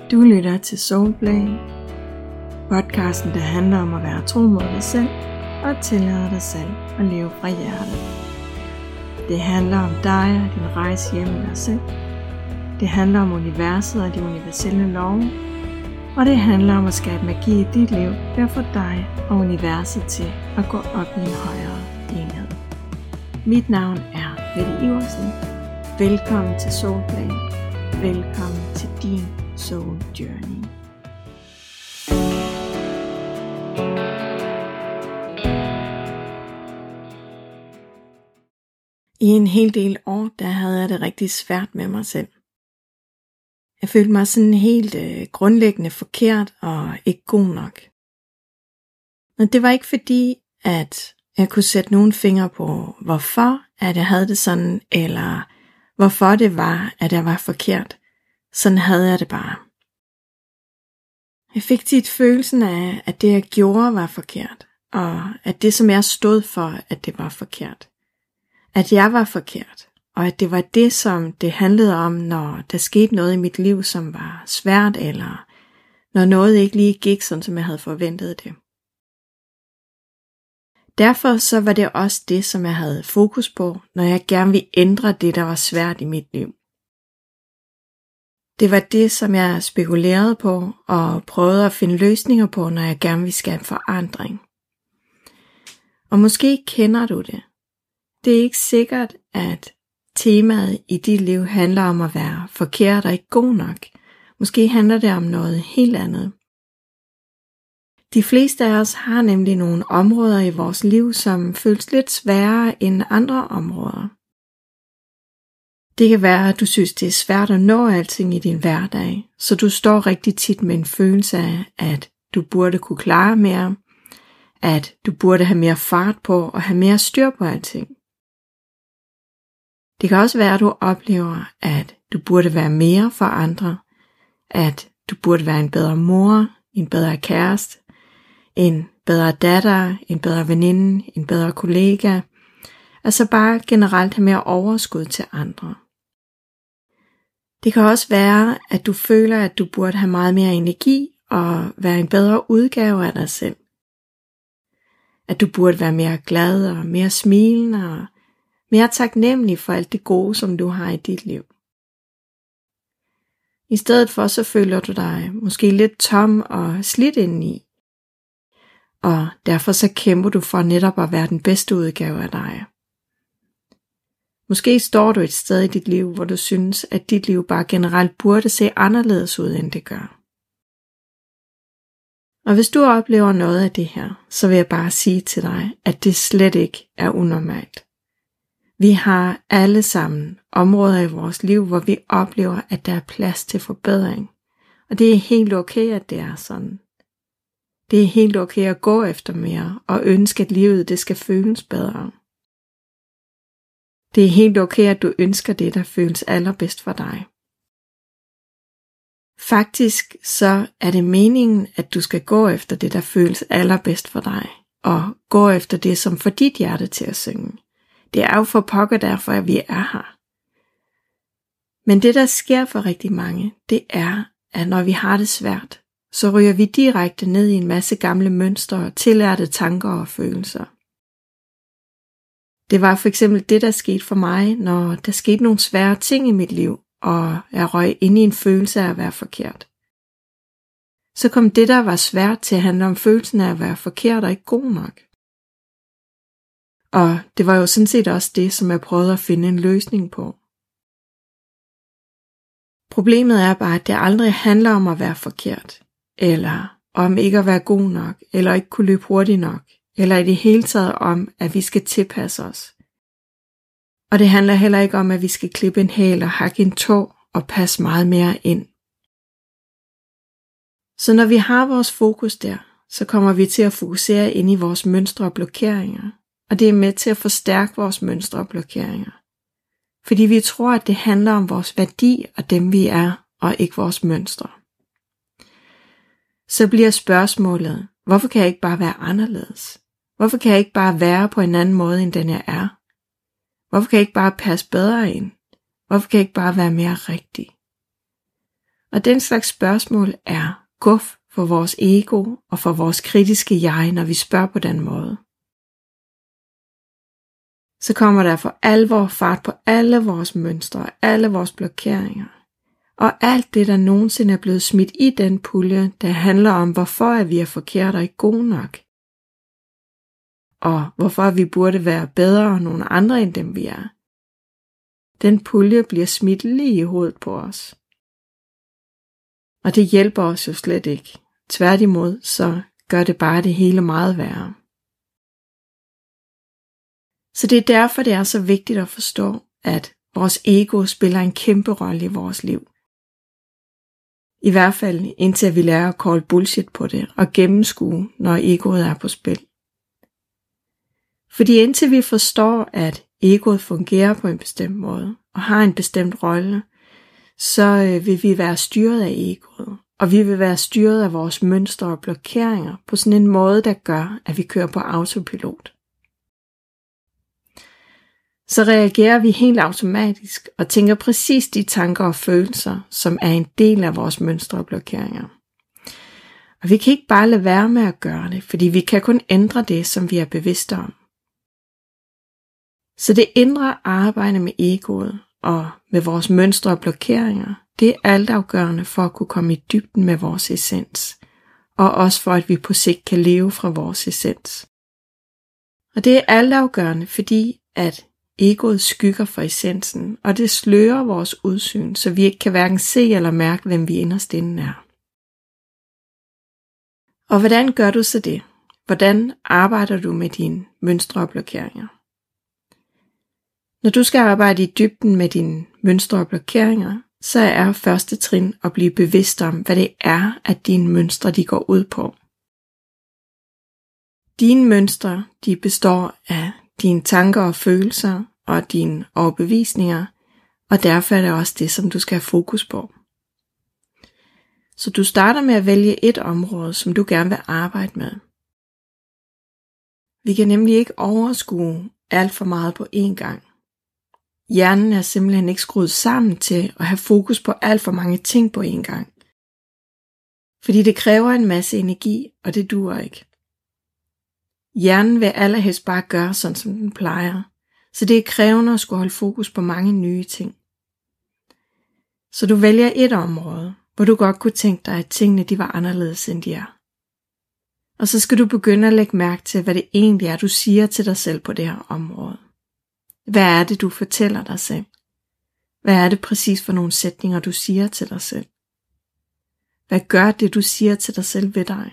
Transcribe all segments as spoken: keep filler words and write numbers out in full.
Du lytter til Soulplay, podcasten der handler om at være tro mod dig selv og tillade dig selv at leve fra hjertet. Det handler om dig og din rejse hjem i dig selv. Det handler om universet og de universelle love. Og det handler om at skabe magi i dit liv ved at få dig og universet til at gå op i en højere enhed. Mit navn er Mette Iversen. Velkommen til Soulplay. Velkommen til din Soul Journey. I en hel del år, der havde jeg det rigtig svært med mig selv. Jeg følte mig sådan helt øh, grundlæggende forkert og ikke god nok. Men det var ikke fordi, at jeg kunne sætte nogle fingre på, hvorfor at jeg havde det sådan, eller hvorfor det var, at jeg var forkert. Sådan havde jeg det bare. Jeg fik tit følelsen af, at det jeg gjorde var forkert, og at det som jeg stod for, at det var forkert. At jeg var forkert, og at det var det som det handlede om, når der skete noget i mit liv, som var svært, eller når noget ikke lige gik, sådan som jeg havde forventet det. Derfor så var det også det, som jeg havde fokus på, når jeg gerne ville ændre det, der var svært i mit liv. Det var det, som jeg spekulerede på og prøvede at finde løsninger på, når jeg gerne ville skabe forandring. Og måske kender du det. Det er ikke sikkert, at temaet i dit liv handler om at være forkert og ikke god nok. Måske handler det om noget helt andet. De fleste af os har nemlig nogle områder i vores liv, som føles lidt sværere end andre områder. Det kan være, at du synes, det er svært at nå alting i din hverdag, så du står rigtig tit med en følelse af, at du burde kunne klare mere, at du burde have mere fart på og have mere styr på alting. Det kan også være, at du oplever, at du burde være mere for andre, at du burde være en bedre mor, en bedre kæreste, en bedre datter, en bedre veninde, en bedre kollega, altså bare generelt have mere overskud til andre. Det kan også være, at du føler, at du burde have meget mere energi og være en bedre udgave af dig selv. At du burde være mere glad og mere smilende og mere taknemmelig for alt det gode, som du har i dit liv. I stedet for så føler du dig måske lidt tom og slidt indeni. Og derfor så kæmper du for netop at være den bedste udgave af dig. Måske står du et sted i dit liv, hvor du synes, at dit liv bare generelt burde se anderledes ud, end det gør. Og hvis du oplever noget af det her, så vil jeg bare sige til dig, at det slet ikke er unormalt. Vi har alle sammen områder i vores liv, hvor vi oplever, at der er plads til forbedring. Og det er helt okay, at det er sådan. Det er helt okay at gå efter mere og ønske, at livet det skal føles bedre. Det er helt okay, at du ønsker det, der føles allerbedst for dig. Faktisk så er det meningen, at du skal gå efter det, der føles allerbedst for dig, og gå efter det, som får dit hjerte til at synge. Det er jo for pokker derfor, at vi er her. Men det, der sker for rigtig mange, det er, at når vi har det svært, så ryger vi direkte ned i en masse gamle mønstre, tillærte tanker og følelser. Det var for eksempel det, der skete for mig, når der skete nogle svære ting i mit liv, og jeg røg ind i en følelse af at være forkert. Så kom det, der var svært, til at handle om følelsen af at være forkert og ikke god nok. Og det var jo sådan set også det, som jeg prøvede at finde en løsning på. Problemet er bare, at det aldrig handler om at være forkert, eller om ikke at være god nok, eller ikke kunne løbe hurtigt nok, eller i det hele taget om, at vi skal tilpasse os. Og det handler heller ikke om, at vi skal klippe en hæl og hakke en tå og passe meget mere ind. Så når vi har vores fokus der, så kommer vi til at fokusere ind i vores mønstre og blokeringer, og det er med til at forstærke vores mønstre og blokeringer. Fordi vi tror, at det handler om vores værdi og dem vi er, og ikke vores mønstre. Så bliver spørgsmålet, hvorfor kan jeg ikke bare være anderledes? Hvorfor kan jeg ikke bare være på en anden måde, end den jeg er? Hvorfor kan jeg ikke bare passe bedre ind? Hvorfor kan jeg ikke bare være mere rigtig? Og den slags spørgsmål er guf for vores ego og for vores kritiske jeg, når vi spørger på den måde. Så kommer der for alvor fart på alle vores mønstre og alle vores blokeringer. Og alt det, der nogensinde er blevet smidt i den pulje, der handler om, hvorfor er vi er forkerte og ikke gode nok. Og hvorfor vi burde være bedre end nogle andre end dem vi er. Den pulje bliver smidt lige i hovedet på os. Og det hjælper os jo slet ikke. Tværtimod, så gør det bare det hele meget værre. Så det er derfor, det er så vigtigt at forstå, at vores ego spiller en kæmpe rolle i vores liv. I hvert fald indtil vi lærer at call bullshit på det og gennemskue, når egoet er på spil. Fordi indtil vi forstår, at egoet fungerer på en bestemt måde og har en bestemt rolle, så vil vi være styret af egoet, og vi vil være styret af vores mønstre og blokeringer på sådan en måde, der gør, at vi kører på autopilot. Så reagerer vi helt automatisk og tænker præcis de tanker og følelser, som er en del af vores mønstre og blokeringer. Og vi kan ikke bare lade være med at gøre det, fordi vi kan kun ændre det, som vi er bevidste om. Så det indre arbejde med egoet og med vores mønstre og blokeringer, det er altafgørende for at kunne komme i dybden med vores essens, og også for at vi på sigt kan leve fra vores essens. Og det er altafgørende, fordi at egoet skygger for essensen, og det slører vores udsyn, så vi ikke kan hverken se eller mærke, hvem vi inderst inde er. Og hvordan gør du så det? Hvordan arbejder du med dine mønstre og blokeringer? Når du skal arbejde i dybden med dine mønstre og blokeringer, så er første trin at blive bevidst om, hvad det er, at dine mønstre de går ud på. Dine mønstre de består af dine tanker og følelser og dine overbevisninger, og derfor er det også det, som du skal have fokus på. Så du starter med at vælge et område, som du gerne vil arbejde med. Vi kan nemlig ikke overskue alt for meget på én gang. Hjernen er simpelthen ikke skruet sammen til at have fokus på alt for mange ting på én gang. Fordi det kræver en masse energi, og det duer ikke. Hjernen vil allerhelst bare gøre sådan, som den plejer, så det er krævende at skulle holde fokus på mange nye ting. Så du vælger et område, hvor du godt kunne tænke dig, at tingene de var anderledes, end de er. Og så skal du begynde at lægge mærke til, hvad det egentlig er, du siger til dig selv på det her område. Hvad er det, du fortæller dig selv? Hvad er det præcis for nogle sætninger, du siger til dig selv? Hvad gør det, du siger til dig selv ved dig?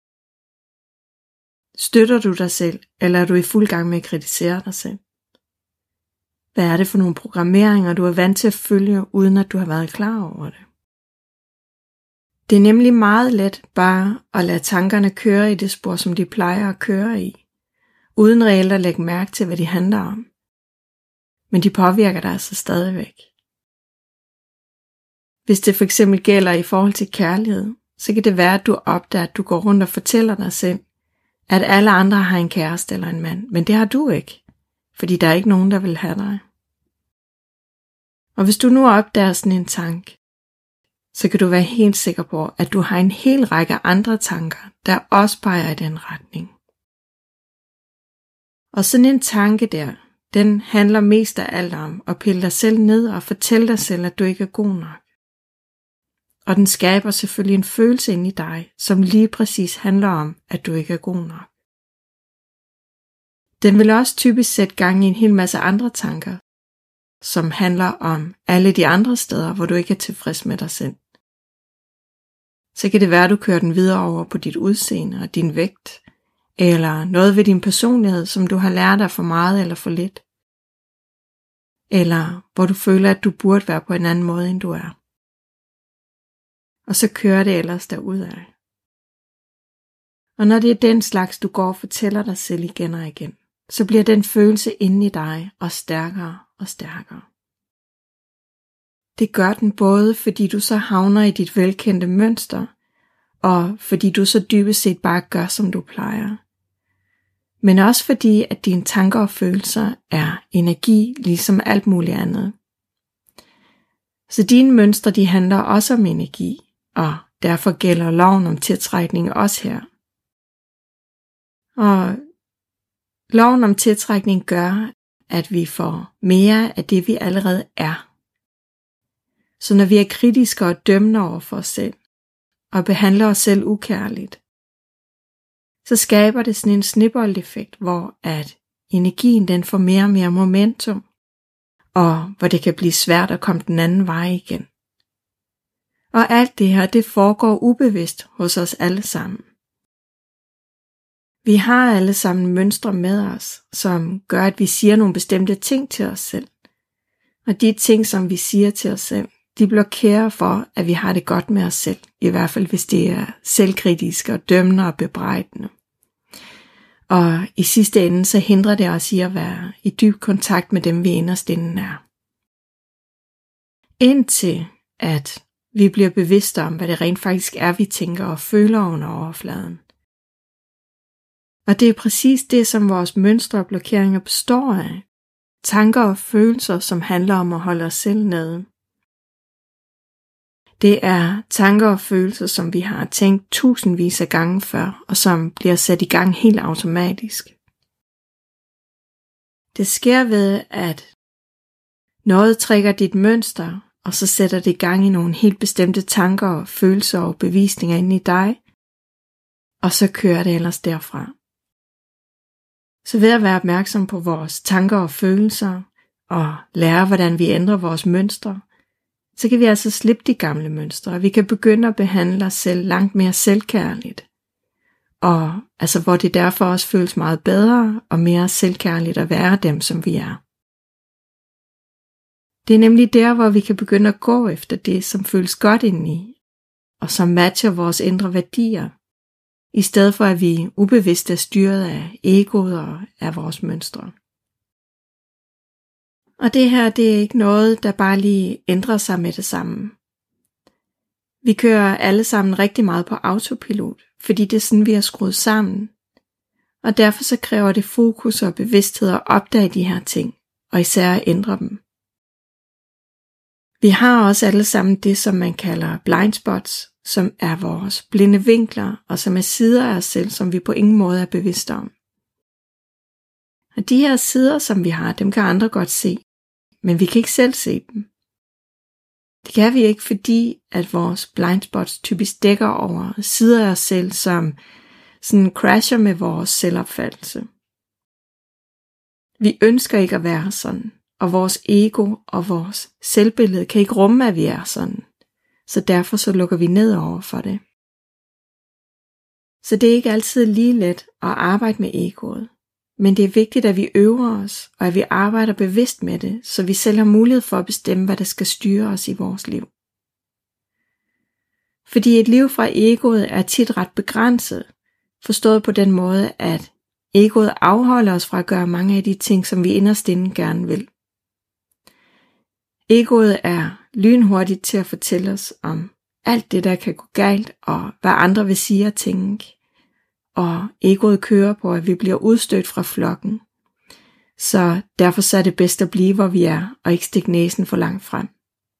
Støtter du dig selv, eller er du i fuld gang med at kritisere dig selv? Hvad er det for nogle programmeringer, du er vant til at følge, uden at du har været klar over det? Det er nemlig meget let bare at lade tankerne køre i det spor, som de plejer at køre i, uden reelt at lægge mærke til, hvad de handler om. Men de påvirker dig altså stadigvæk. Hvis det for eksempel gælder i forhold til kærlighed, så kan det være, at du opdager, at du går rundt og fortæller dig selv, at alle andre har en kæreste eller en mand, men det har du ikke, fordi der er ikke nogen, der vil have dig. Og hvis du nu opdager sådan en tanke, så kan du være helt sikker på, at du har en hel række andre tanker, der også peger i den retning. Og sådan en tanke der, den handler mest af alt om at pille dig selv ned og fortælle dig selv, at du ikke er god nok. Og den skaber selvfølgelig en følelse inde i dig, som lige præcis handler om, at du ikke er god nok. Den vil også typisk sætte gang i en hel masse andre tanker, som handler om alle de andre steder, hvor du ikke er tilfreds med dig selv. Så kan det være, at du kører den videre over på dit udseende og din vægt, eller noget ved din personlighed, som du har lært af for meget eller for lidt. Eller hvor du føler, at du burde være på en anden måde, end du er. Og så kører det ellers derudad. Og når det er den slags, du går og fortæller dig selv igen og igen, så bliver den følelse inde i dig og stærkere og stærkere. Det gør den både, fordi du så havner i dit velkendte mønster, og fordi du så dybest set bare gør, som du plejer. Men også fordi, at dine tanker og følelser er energi, ligesom alt muligt andet. Så dine mønstre, de handler også om energi, og derfor gælder loven om tiltrækning også her. Og loven om tiltrækning gør, at vi får mere af det, vi allerede er. Så når vi er kritiske og dømmende over for os selv, og behandler os selv ukærligt, så skaber det sådan en sneboldeffekt, hvor at energien den får mere og mere momentum, og hvor det kan blive svært at komme den anden vej igen. Og alt det her, det foregår ubevidst hos os alle sammen. Vi har alle sammen mønstre med os, som gør, at vi siger nogle bestemte ting til os selv. Og de ting, som vi siger til os selv, de blokerer for, at vi har det godt med os selv. I hvert fald, hvis det er selvkritiske og dømmende og bebrejdende. Og i sidste ende, så hindrer det os i at være i dyb kontakt med dem, vi inderst inden er. Indtil at vi bliver bevidste om, hvad det rent faktisk er, vi tænker og føler under overfladen. Og det er præcis det, som vores mønstre og blokeringer består af. Tanker og følelser, som handler om at holde os selv nede. Det er tanker og følelser, som vi har tænkt tusindvis af gange før, og som bliver sat i gang helt automatisk. Det sker ved, at noget trigger dit mønster, og så sætter det i gang i nogle helt bestemte tanker og følelser og bevisninger inde i dig, og så kører det ellers derfra. Så ved at være opmærksom på vores tanker og følelser, og lære, hvordan vi ændrer vores mønstre, så kan vi altså slippe de gamle mønstre, og vi kan begynde at behandle os selv langt mere selvkærligt. Og altså hvor det derfor også føles meget bedre og mere selvkærligt at være dem, som vi er. Det er nemlig der, hvor vi kan begynde at gå efter det, som føles godt indeni, og som matcher vores indre værdier, i stedet for at vi ubevidst er styret af egoet og af vores mønstre. Og det her, det er ikke noget, der bare lige ændrer sig med det samme. Vi kører alle sammen rigtig meget på autopilot, fordi det er sådan, vi er skruet sammen. Og derfor så kræver det fokus og bevidsthed at opdage de her ting, og især at ændre dem. Vi har også alle sammen det, som man kalder blind spots, som er vores blinde vinkler, og som er sider af os selv, som vi på ingen måde er bevidste om. Og de her sider, som vi har, dem kan andre godt se, men vi kan ikke selv se dem. Det kan vi ikke, fordi at vores blind spots typisk dækker over sider af os selv, som sådan crasher med vores selvopfattelse. Vi ønsker ikke at være sådan, og vores ego og vores selvbillede kan ikke rumme, at vi er sådan. Så derfor så lukker vi ned over for det. Så det er ikke altid lige let at arbejde med egoet. Men det er vigtigt, at vi øver os, og at vi arbejder bevidst med det, så vi selv har mulighed for at bestemme, hvad der skal styre os i vores liv. Fordi et liv fra egoet er tit ret begrænset, forstået på den måde, at egoet afholder os fra at gøre mange af de ting, som vi inderst inde gerne vil. Egoet er lynhurtigt til at fortælle os om alt det, der kan gå galt, og hvad andre vil sige og tænke. Og egoet kører på, at vi bliver udstødt fra flokken. Så derfor så er det bedst at blive, hvor vi er, og ikke stikke næsen for langt frem.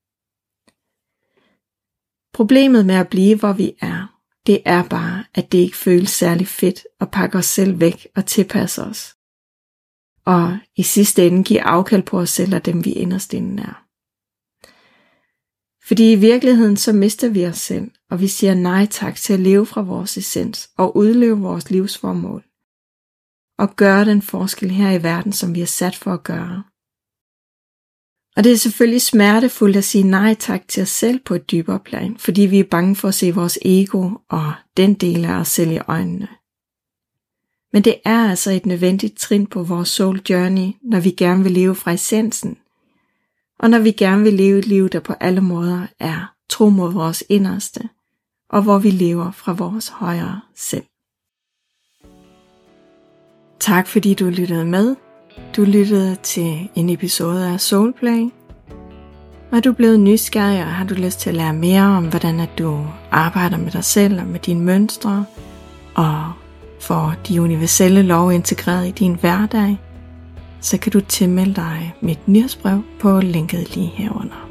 Problemet med at blive, hvor vi er, det er bare, at det ikke føles særlig fedt at pakke os selv væk og tilpasse os. Og i sidste ende give afkald på os selv og dem, vi inderst inde er. Fordi i virkeligheden så mister vi os selv, og vi siger nej tak til at leve fra vores essens og udleve vores livsformål. Og gøre den forskel her i verden, som vi er sat for at gøre. Og det er selvfølgelig smertefuldt at sige nej tak til os selv på et dybere plan, fordi vi er bange for at se vores ego og den del af os selv i øjnene. Men det er altså et nødvendigt trin på vores soul journey, når vi gerne vil leve fra essensen. Og når vi gerne vil leve et liv, der på alle måder er tro mod vores inderste, og hvor vi lever fra vores højere selv. Tak fordi du lyttede med. Du lyttede til en episode af Soulplay. Er du blevet nysgerrig, og har du lyst til at lære mere om, hvordan at du arbejder med dig selv og med dine mønstre, og får de universelle love integreret i din hverdag, så kan du tilmelde dig mit nyhedsbrev på linket lige herunder.